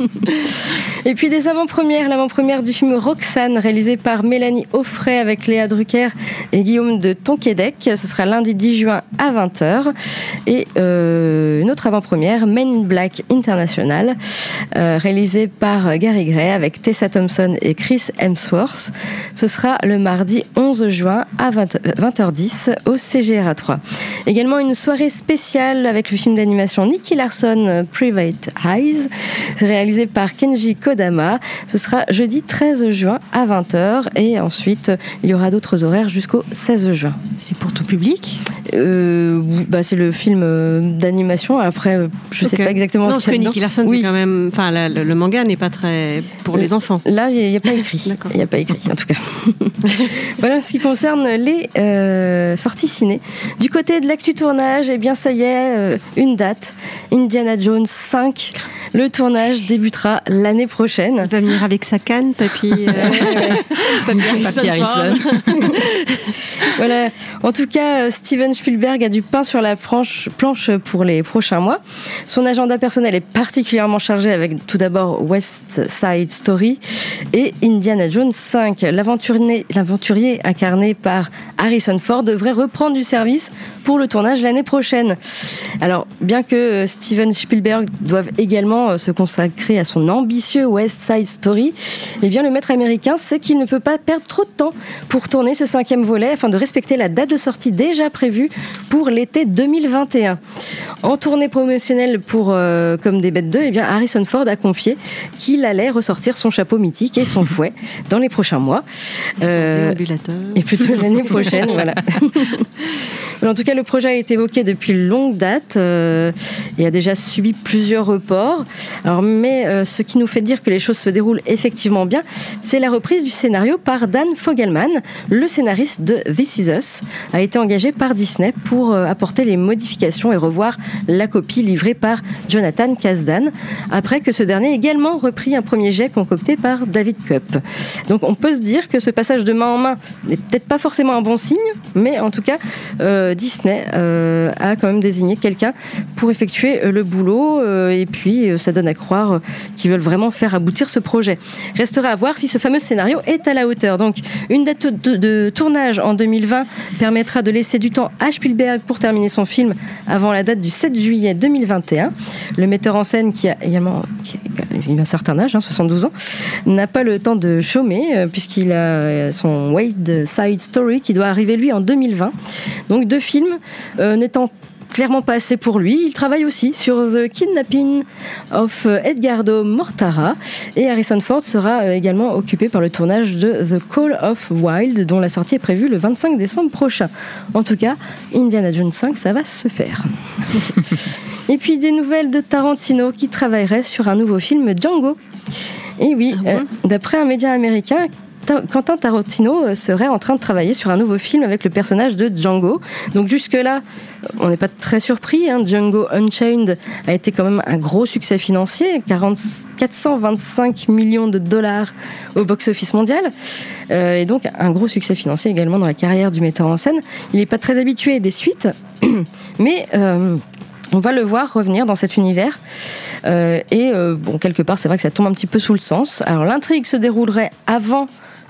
Et puis des avant-premières, l'avant-première du film Roxane, réalisé par Mélanie Offray avec Léa Drucker et Guillaume de Tonquédec. Ce sera lundi dix juin à vingt heures. Et euh, une autre avant-première, Men in Black International, euh, réalisé par Gary Gray avec Tessa Thompson et Chris Hemsworth. Ce sera le mardi onze juin à vingt heures dix au C G R A trois. Également une soirée spéciale avec le film d'animation Nicky Larson, Private Eyes, réalisé par Kenji Kodama. Ce sera jeudi treize juin à vingt heures et ensuite il y aura d'autres horaires jusqu'au seize juin. C'est pour tout public ? euh, bah, C'est le film d'animation. Après, je ne okay. sais pas exactement non, ce qu'il y a dedans. Nicky Larson, oui. c'est quand même... Enfin, la, le, le manga n'est pas très pour les enfants. Là, il n'y a, a pas écrit. Il n'y a pas écrit, en tout cas. Voilà ce qui concerne les euh, sorties ciné. Du côté de l'actu tournage, eh bien, ça y est, euh, une date. Indiana Jones cinq. Le tournage débutera l'année prochaine. Il va venir avec sa canne, Papy, euh, Papy Harrison. Papy Harrison. Voilà. En tout cas, Steven Spielberg a du pain sur la planche, planche pour les prochains mois. Son agenda personnel est particulièrement chargé avec tout d'abord West Side Story et Indiana Jones cinq. L'aventurier, l'aventurier incarné par Harrison Ford devrait reprendre du service pour le tournage l'année prochaine. Alors, bien que Steven Spielberg doive également se consacrer à son ambitieux West Side Story, eh bien, le maître américain sait qu'il ne peut pas perdre trop de temps pour tourner ce cinquième volet afin de respecter la date de sortie déjà prévue pour l'été deux mille vingt et un. En tournée promotionnelle pour euh, Comme des bêtes deux, eh bien, Harrison Ford a confié qu'il allait ressortir son chapeau mythique et son fouet dans les prochains mois. Euh, déambulateur. Et plutôt l'année prochaine, voilà. En tout cas, le projet a été évoqué depuis longue date euh, et a déjà subi plusieurs reports. Alors, mais euh, ce qui nous fait dire que les choses se déroulent effectivement bien, c'est la reprise du scénario par Dan Fogelman, le scénariste de This Is Us, a été engagé par Disney pour euh, apporter les modifications et revoir la copie livrée par Jonathan Kasdan, après que ce dernier ait également repris un premier jet concocté par David Koepp. Donc, on peut se dire que ce passage de main en main n'est peut-être pas forcément un bon signe, mais en tout cas, euh, Disney euh, a quand même désigné quelqu'un pour effectuer euh, le boulot euh, et puis euh, ça donne à croire euh, qu'ils veulent vraiment faire aboutir ce projet. Restera à voir si ce fameux scénario est à la hauteur. Donc une date de, de tournage en deux mille vingt permettra de laisser du temps à Spielberg pour terminer son film avant la date du sept juillet deux mille vingt et un. Le metteur en scène qui a également qui a un certain âge, hein, soixante-douze ans, n'a pas le temps de chômer euh, puisqu'il a son West Side Story qui doit arriver lui en deux mille vingt. Donc deux films euh, n'étant clairement pas assez pour lui. Il travaille aussi sur The Kidnapping of Edgardo Mortara et Harrison Ford sera euh, également occupé par le tournage de The Call of Wild dont la sortie est prévue le vingt-cinq décembre prochain. En tout cas, Indiana Jones cinq, ça va se faire. Et puis des nouvelles de Tarantino qui travaillerait sur un nouveau film, Django. Et oui, ah bon euh, d'après un média américain, Quentin Tarantino serait en train de travailler sur un nouveau film avec le personnage de Django. Donc jusque-là, on n'est pas très surpris. Hein. Django Unchained a été quand même un gros succès financier, quatre cent vingt-cinq millions de dollars au box-office mondial. Euh, et donc un gros succès financier également dans la carrière du metteur en scène. Il n'est pas très habitué des suites, mais... Euh, on va le voir revenir dans cet univers euh, et euh, bon, quelque part c'est vrai que ça tombe un petit peu sous le sens. Alors l'intrigue se déroulerait avant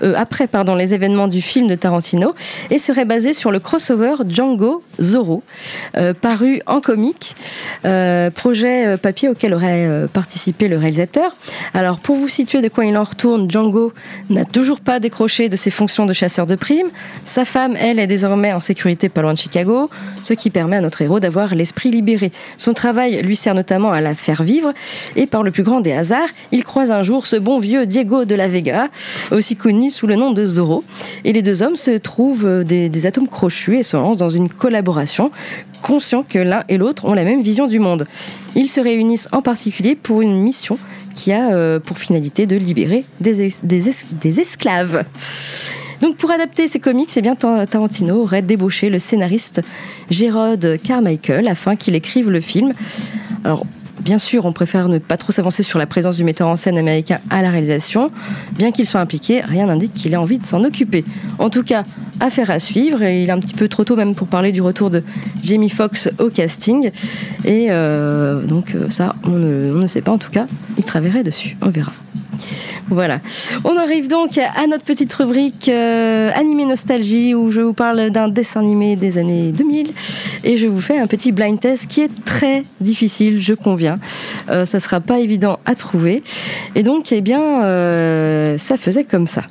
euh, après pardon, les événements du film de Tarantino et serait basé sur le crossover Django Zorro, euh, paru en comics, euh, projet euh, papier auquel aurait euh, participé le réalisateur. Alors pour vous situer de quoi il en retourne, Django n'a toujours pas décroché de ses fonctions de chasseur de primes. Sa femme, elle, est désormais en sécurité pas loin de Chicago, ce qui permet à notre héros d'avoir l'esprit libéré. Son travail lui sert notamment à la faire vivre et par le plus grand des hasards, il croise un jour ce bon vieux Diego de la Vega, aussi connu sous le nom de Zorro. Et les deux hommes se trouvent des, des atomes crochus et se lancent dans une collaboration, conscients que l'un et l'autre ont la même vision du monde. Ils se réunissent en particulier pour une mission qui a euh, pour finalité de libérer des, es- des, es- des esclaves. Donc pour adapter ces comics, eh bien, Tarantino aurait débauché le scénariste Jerrod Carmichael afin qu'il écrive le film. Alors, bien sûr, on préfère ne pas trop s'avancer sur la présence du metteur en scène américain à la réalisation. Bien qu'il soit impliqué, rien n'indique qu'il ait envie de s'en occuper. En tout cas, affaire à suivre. Et il est un petit peu trop tôt même pour parler du retour de Jamie Foxx au casting. Et euh, donc ça, on ne, on ne sait pas. En tout cas, il travaillerait dessus. On verra. Voilà. On arrive donc à notre petite rubrique euh, animé nostalgie où je vous parle d'un dessin animé des années deux mille et je vous fais un petit blind test qui est très difficile, je conviens. Euh, ça sera pas évident à trouver. Et donc, eh bien, euh, ça faisait comme ça.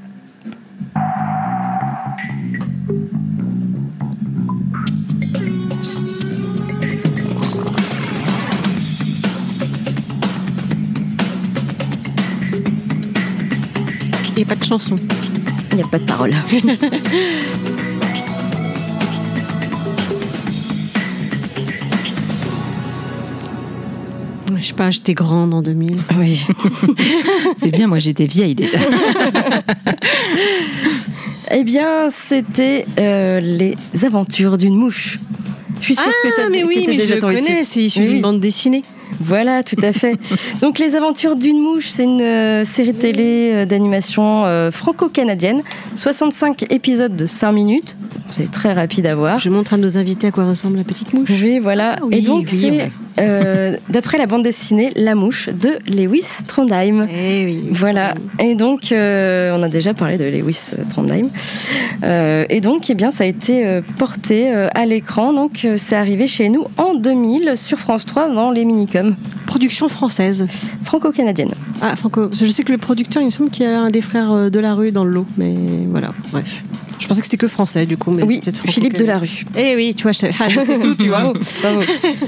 Il n'y a pas de chanson. Il n'y a pas de parole. Je sais pas, j'étais grande en deux mille. Oui. C'est bien, moi j'étais vieille déjà. Eh bien, c'était euh, les aventures d'une mouche. Je suis sûre ah, que tu as mais oui, mais déjà je tombée connais, dessus. c'est issu Oui, d'une oui. bande dessinée. Voilà, tout à fait. Donc, Les Aventures d'une mouche, c'est une euh, série télé euh, d'animation euh, franco-canadienne. soixante-cinq épisodes de cinq minutes. C'est très rapide à voir. Je montre à nos invités à quoi ressemble la petite mouche. Oui, voilà. Ah oui, Et donc, oui, c'est, ouais. euh, d'après la bande dessinée La Mouche de Lewis Trondheim. Eh oui. Voilà. Et donc, euh, on a déjà parlé de Lewis Trondheim. Euh, et donc, eh bien, ça a été euh, porté euh, à l'écran. Donc, euh, c'est arrivé chez nous en deux mille sur France trois dans les Minicom. Production française. Franco-canadienne. Ah, franco. Parce que je sais que le producteur, il me semble qu'il y a un des frères euh, de la rue dans le lot. Mais voilà, bref. Je pensais que c'était que français, du coup. Mais oui, c'est peut-être Philippe Delarue. Eh oui, tu vois, je, ah, je sais tout, tu vois. Bravo, bravo.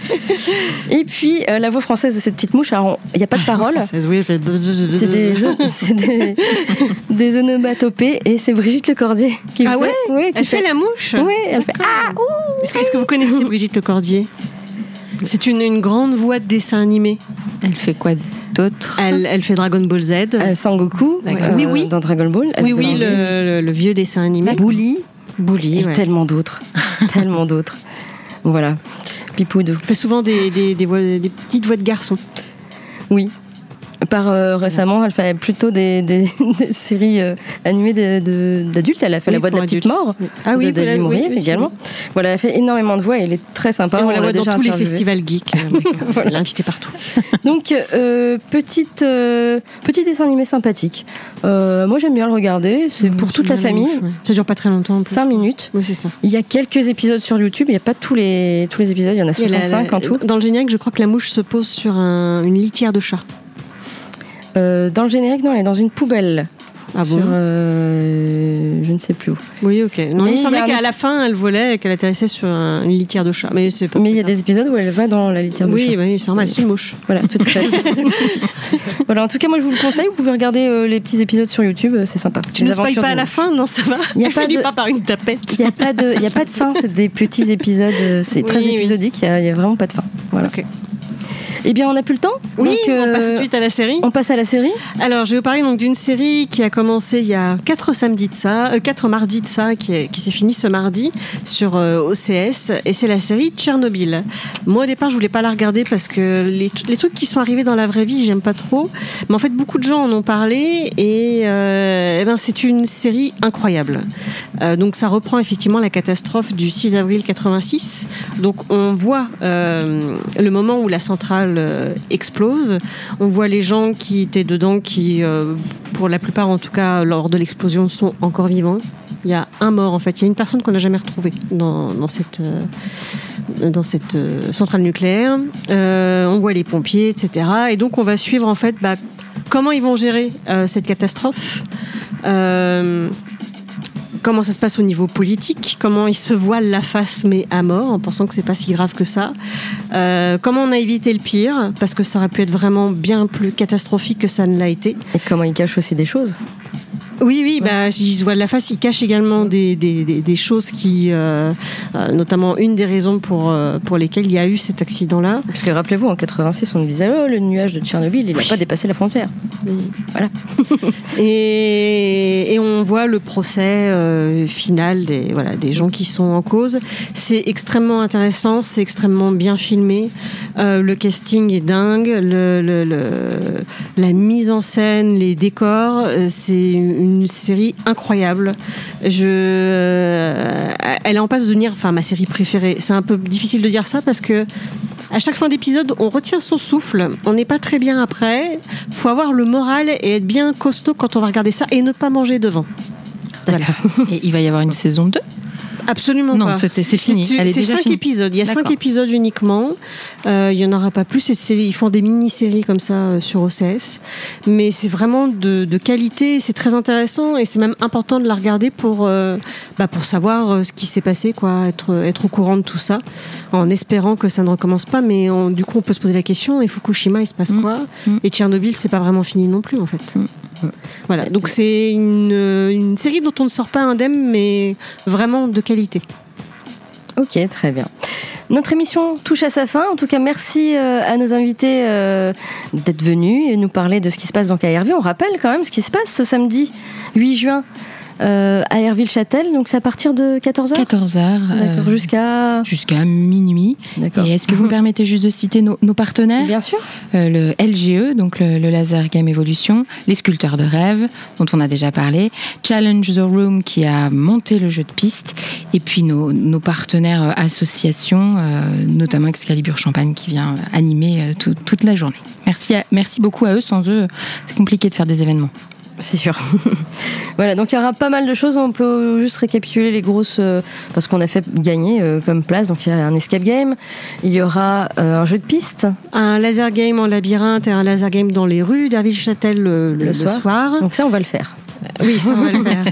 Et puis, euh, la voix française de cette petite mouche, alors, il n'y a pas de parole. Française, oui, elle fait... C'est des, c'est des, des onomatopées et c'est Brigitte Lecordier qui Ah faisait, ouais, ouais qui Elle fait, fait la mouche. Oui, elle fait ah ouh. Est-ce que, est-ce que vous connaissez Brigitte Lecordier? C'est une, une grande voix de dessin animé. Elle fait quoi d'autre? elle, elle fait Dragon Ball Z. Euh, Sangoku. Ouais. Euh, oui, oui. Dans Dragon Ball. Oui, oui, le, le, le vieux dessin animé. Bully. Bully, et ouais. tellement d'autres. tellement d'autres. Voilà. Pipoudou. Elle fait souvent des, des, des, voix, des petites voix de garçons. Oui. Par euh, récemment, elle fait plutôt des, des, des séries euh, animées de, de, d'adultes. Elle a fait oui, La Voix de la adulte. Petite Mort ah, oui, de David voilà, Mourier oui, oui, également. Voilà, elle fait énormément de voix et elle est très sympa. Et on, on la voit dans déjà tous les interviewée. festivals geeks. Voilà. Elle est invitée partout. Donc, euh, petite, euh, petit dessin animé sympathique. Euh, moi, j'aime bien le regarder. C'est Mmh, pour toute la famille. Mouche, ouais. Ça dure pas très longtemps. cinq minutes. Oui, c'est ça. Il y a quelques épisodes sur YouTube. Il n'y a pas tous les, tous les épisodes. Il y en a soixante-cinq en tout. Dans le générique, je crois que la mouche se pose sur un, une litière de chat. Euh, dans le générique, non, elle est dans une poubelle. Ah sur, bon euh, je ne sais plus où. Oui, ok. Non, Mais il me semblait y a qu'à un... la fin, elle volait et qu'elle atterrissait sur un, une litière de chat. Mais c'est pas. Mais il y a des épisodes où elle va dans la litière de oui, chat. Oui, c'est normal, c'est une mouche. Voilà, tout à fait. Voilà, en tout cas, moi, je vous le conseille. Vous pouvez regarder euh, les petits épisodes sur YouTube, euh, c'est sympa. Tu ne spoil pas à la fin, non, ça va. Il n'y a elle pas finit de... pas par une tapette. Il n'y a pas de, il y a pas de fin. C'est des petits épisodes. euh, C'est Oui, très oui. épisodique. Il n'y a, a vraiment pas de fin. Voilà. Ok. Eh bien, on n'a plus le temps. Oui, donc, on euh, passe tout de suite à la série. On passe à la série. Alors, je vais vous parler donc d'une série qui a commencé il y a quatre samedis de ça, euh, quatre mardis de ça, qui, est, qui s'est finie ce mardi sur euh, O C S, et c'est la série Tchernobyl. Moi, au départ, je voulais pas la regarder parce que les, les trucs qui sont arrivés dans la vraie vie, j'aime pas trop. Mais en fait, beaucoup de gens en ont parlé, et, euh, eh ben, c'est une série incroyable. Euh, donc, ça reprend effectivement la catastrophe du six avril quatre-vingt-six. Donc, on voit euh, le moment où la centrale euh, explose. On voit les gens qui étaient dedans qui euh, pour la plupart, en tout cas, lors de l'explosion, sont encore vivants. Il y a un mort, en fait. Il y a une personne qu'on n'a jamais retrouvée dans, dans cette, euh, dans cette euh, centrale nucléaire. Euh, on voit les pompiers, et cetera. Et donc, on va suivre, en fait, bah, comment ils vont gérer euh, cette catastrophe. Euh, comment ça se passe au niveau politique, comment ils se voilent la face mais à mort en pensant que c'est pas si grave que ça, euh, comment on a évité le pire parce que ça aurait pu être vraiment bien plus catastrophique que ça ne l'a été. Et comment ils cachent aussi des choses. Oui, oui, bah, ils se voilent la face, ils cachent également des, des, des, des choses qui, euh, euh, notamment une des raisons pour, euh, pour lesquelles il y a eu cet accident-là. Parce que rappelez-vous, en quatre-vingt-six, on nous disait oh, le nuage de Tchernobyl, il n'a oui. pas dépassé la frontière. Oui. Voilà. et, et on voit le procès euh, final des, voilà, des gens qui sont en cause. C'est extrêmement intéressant, c'est extrêmement bien filmé. Euh, le casting est dingue, le, le, le, la mise en scène, les décors, euh, c'est une une série incroyable. Je, euh, elle est en passe de devenir, enfin, ma série préférée. C'est un peu difficile de dire ça parce que à chaque fin d'épisode, on retient son souffle. On n'est pas très bien après. Il faut avoir le moral et être bien costaud quand on va regarder ça et ne pas manger devant. Voilà. Et il va y avoir une saison deux ? Absolument non, pas. Non, c'est fini. C'est, Elle est c'est déjà cinq finie. épisodes. Il y a D'accord. cinq épisodes uniquement. Euh, il y en aura pas plus. C'est, c'est, ils font des mini-séries comme ça euh, sur O C S. Mais c'est vraiment de, de qualité. C'est très intéressant et c'est même important de la regarder pour, euh, bah, pour savoir euh, ce qui s'est passé, quoi. Être, être au courant de tout ça, en espérant que ça ne recommence pas. Mais on, du coup, on peut se poser la question. Et Fukushima, il se passe mmh. quoi mmh. Et Tchernobyl, c'est pas vraiment fini non plus, en fait. Mmh. Voilà. Donc c'est une, une série dont on ne sort pas indemne, mais vraiment de qualité. Ok, très bien. Notre émission touche à sa fin. En tout cas, merci euh, à nos invités euh, d'être venus et nous parler de ce qui se passe dans K R V. On rappelle quand même ce qui se passe ce samedi huit juin euh, à Herville-Châtel. Donc c'est à partir de quatorze heures quatorze heures. D'accord, euh, jusqu'à... Jusqu'à minuit. D'accord. Et est-ce que vous me permettez juste de citer nos, nos partenaires ? Bien sûr. Euh, le L G E, donc le, le Laser Game Evolution, les Sculpteurs de Rêve, dont on a déjà parlé, Challenge the Room, qui a monté le jeu de piste, et puis nos, nos partenaires associations, euh, notamment Excalibur Champagne, qui vient animer euh, tout, toute la journée. Merci, à, merci beaucoup à eux. Sans eux, c'est compliqué de faire des événements. C'est sûr. Voilà, donc il y aura pas mal de choses. On peut juste récapituler les grosses... Euh, parce qu'on a fait gagner euh, comme place. Donc il y a un escape game, il y aura euh, un jeu de piste. Un laser game en labyrinthe et un laser game dans les rues d'Herville-Châtel le, le, le, soir. le soir. Donc ça, on va le faire. Oui, ça, on va le faire.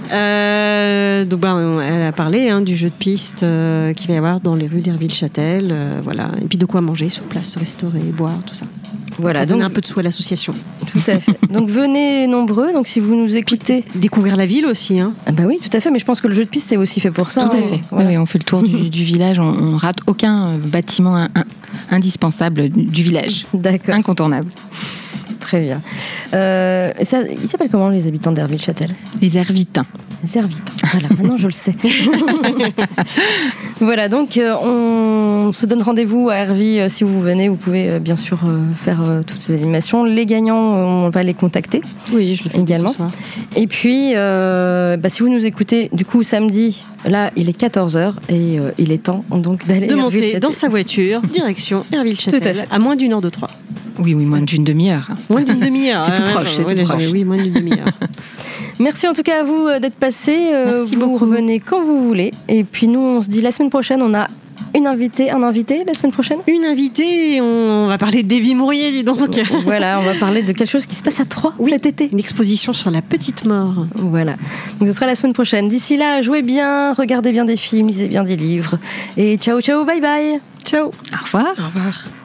Euh, donc, bah, elle a parlé hein, du jeu de piste euh, qu'il va y avoir dans les rues d'Herville-Châtel. Euh, voilà. Et puis de quoi manger sur place, se restaurer, boire, tout ça. Voilà, pour donc donner un peu de sous à l'association. Tout à fait. Donc venez nombreux. Donc si vous nous écoutez, puis, découvrir la ville aussi. Hein. Ah bah oui, tout à fait. Mais je pense que le jeu de piste est aussi fait pour ça. Tout hein. à fait. Voilà. Oui, oui, on fait le tour du, du village. On, on rate aucun bâtiment un, un, indispensable du village. D'accord. Incontournable. Très bien. Euh, ça, ils s'appellent comment les habitants d'Herville-Châtel ? Les Hervitains. Les Hervitains. Voilà, maintenant je le sais. Voilà, donc euh, on se donne rendez-vous à Herville. Euh, si vous venez, vous pouvez euh, bien sûr euh, faire euh, toutes ces animations. Les gagnants, on va les contacter. Oui, je le fais également. Ce soir. Et puis, euh, bah, si vous nous écoutez, du coup, samedi, là, il est quatorze heures et euh, il est temps donc d'aller de monter dans sa voiture, direction Herville-Châtel, tout à fait. à moins d'une heure de Troyes. Oui, oui, moins d'une demi-heure. Moins d'une demi-heure. C'est tout ouais, proche, ouais, c'est ouais, tout proche. Oui, moins d'une demi-heure. Merci en tout cas à vous d'être passés. Merci vous beaucoup. Revenez quand vous voulez. Et puis nous, on se dit la semaine prochaine, on a une invitée, un invité la semaine prochaine. Une invitée, on va parler d'Evie Mourier, dis donc. Voilà, on va parler de quelque chose qui se passe à Troyes oui, cet été. Une exposition sur la petite mort. Voilà. Donc ce sera la semaine prochaine. D'ici là, jouez bien, regardez bien des films, lisez bien des livres. Et ciao, ciao, bye bye. Ciao. Au revoir. Au revoir.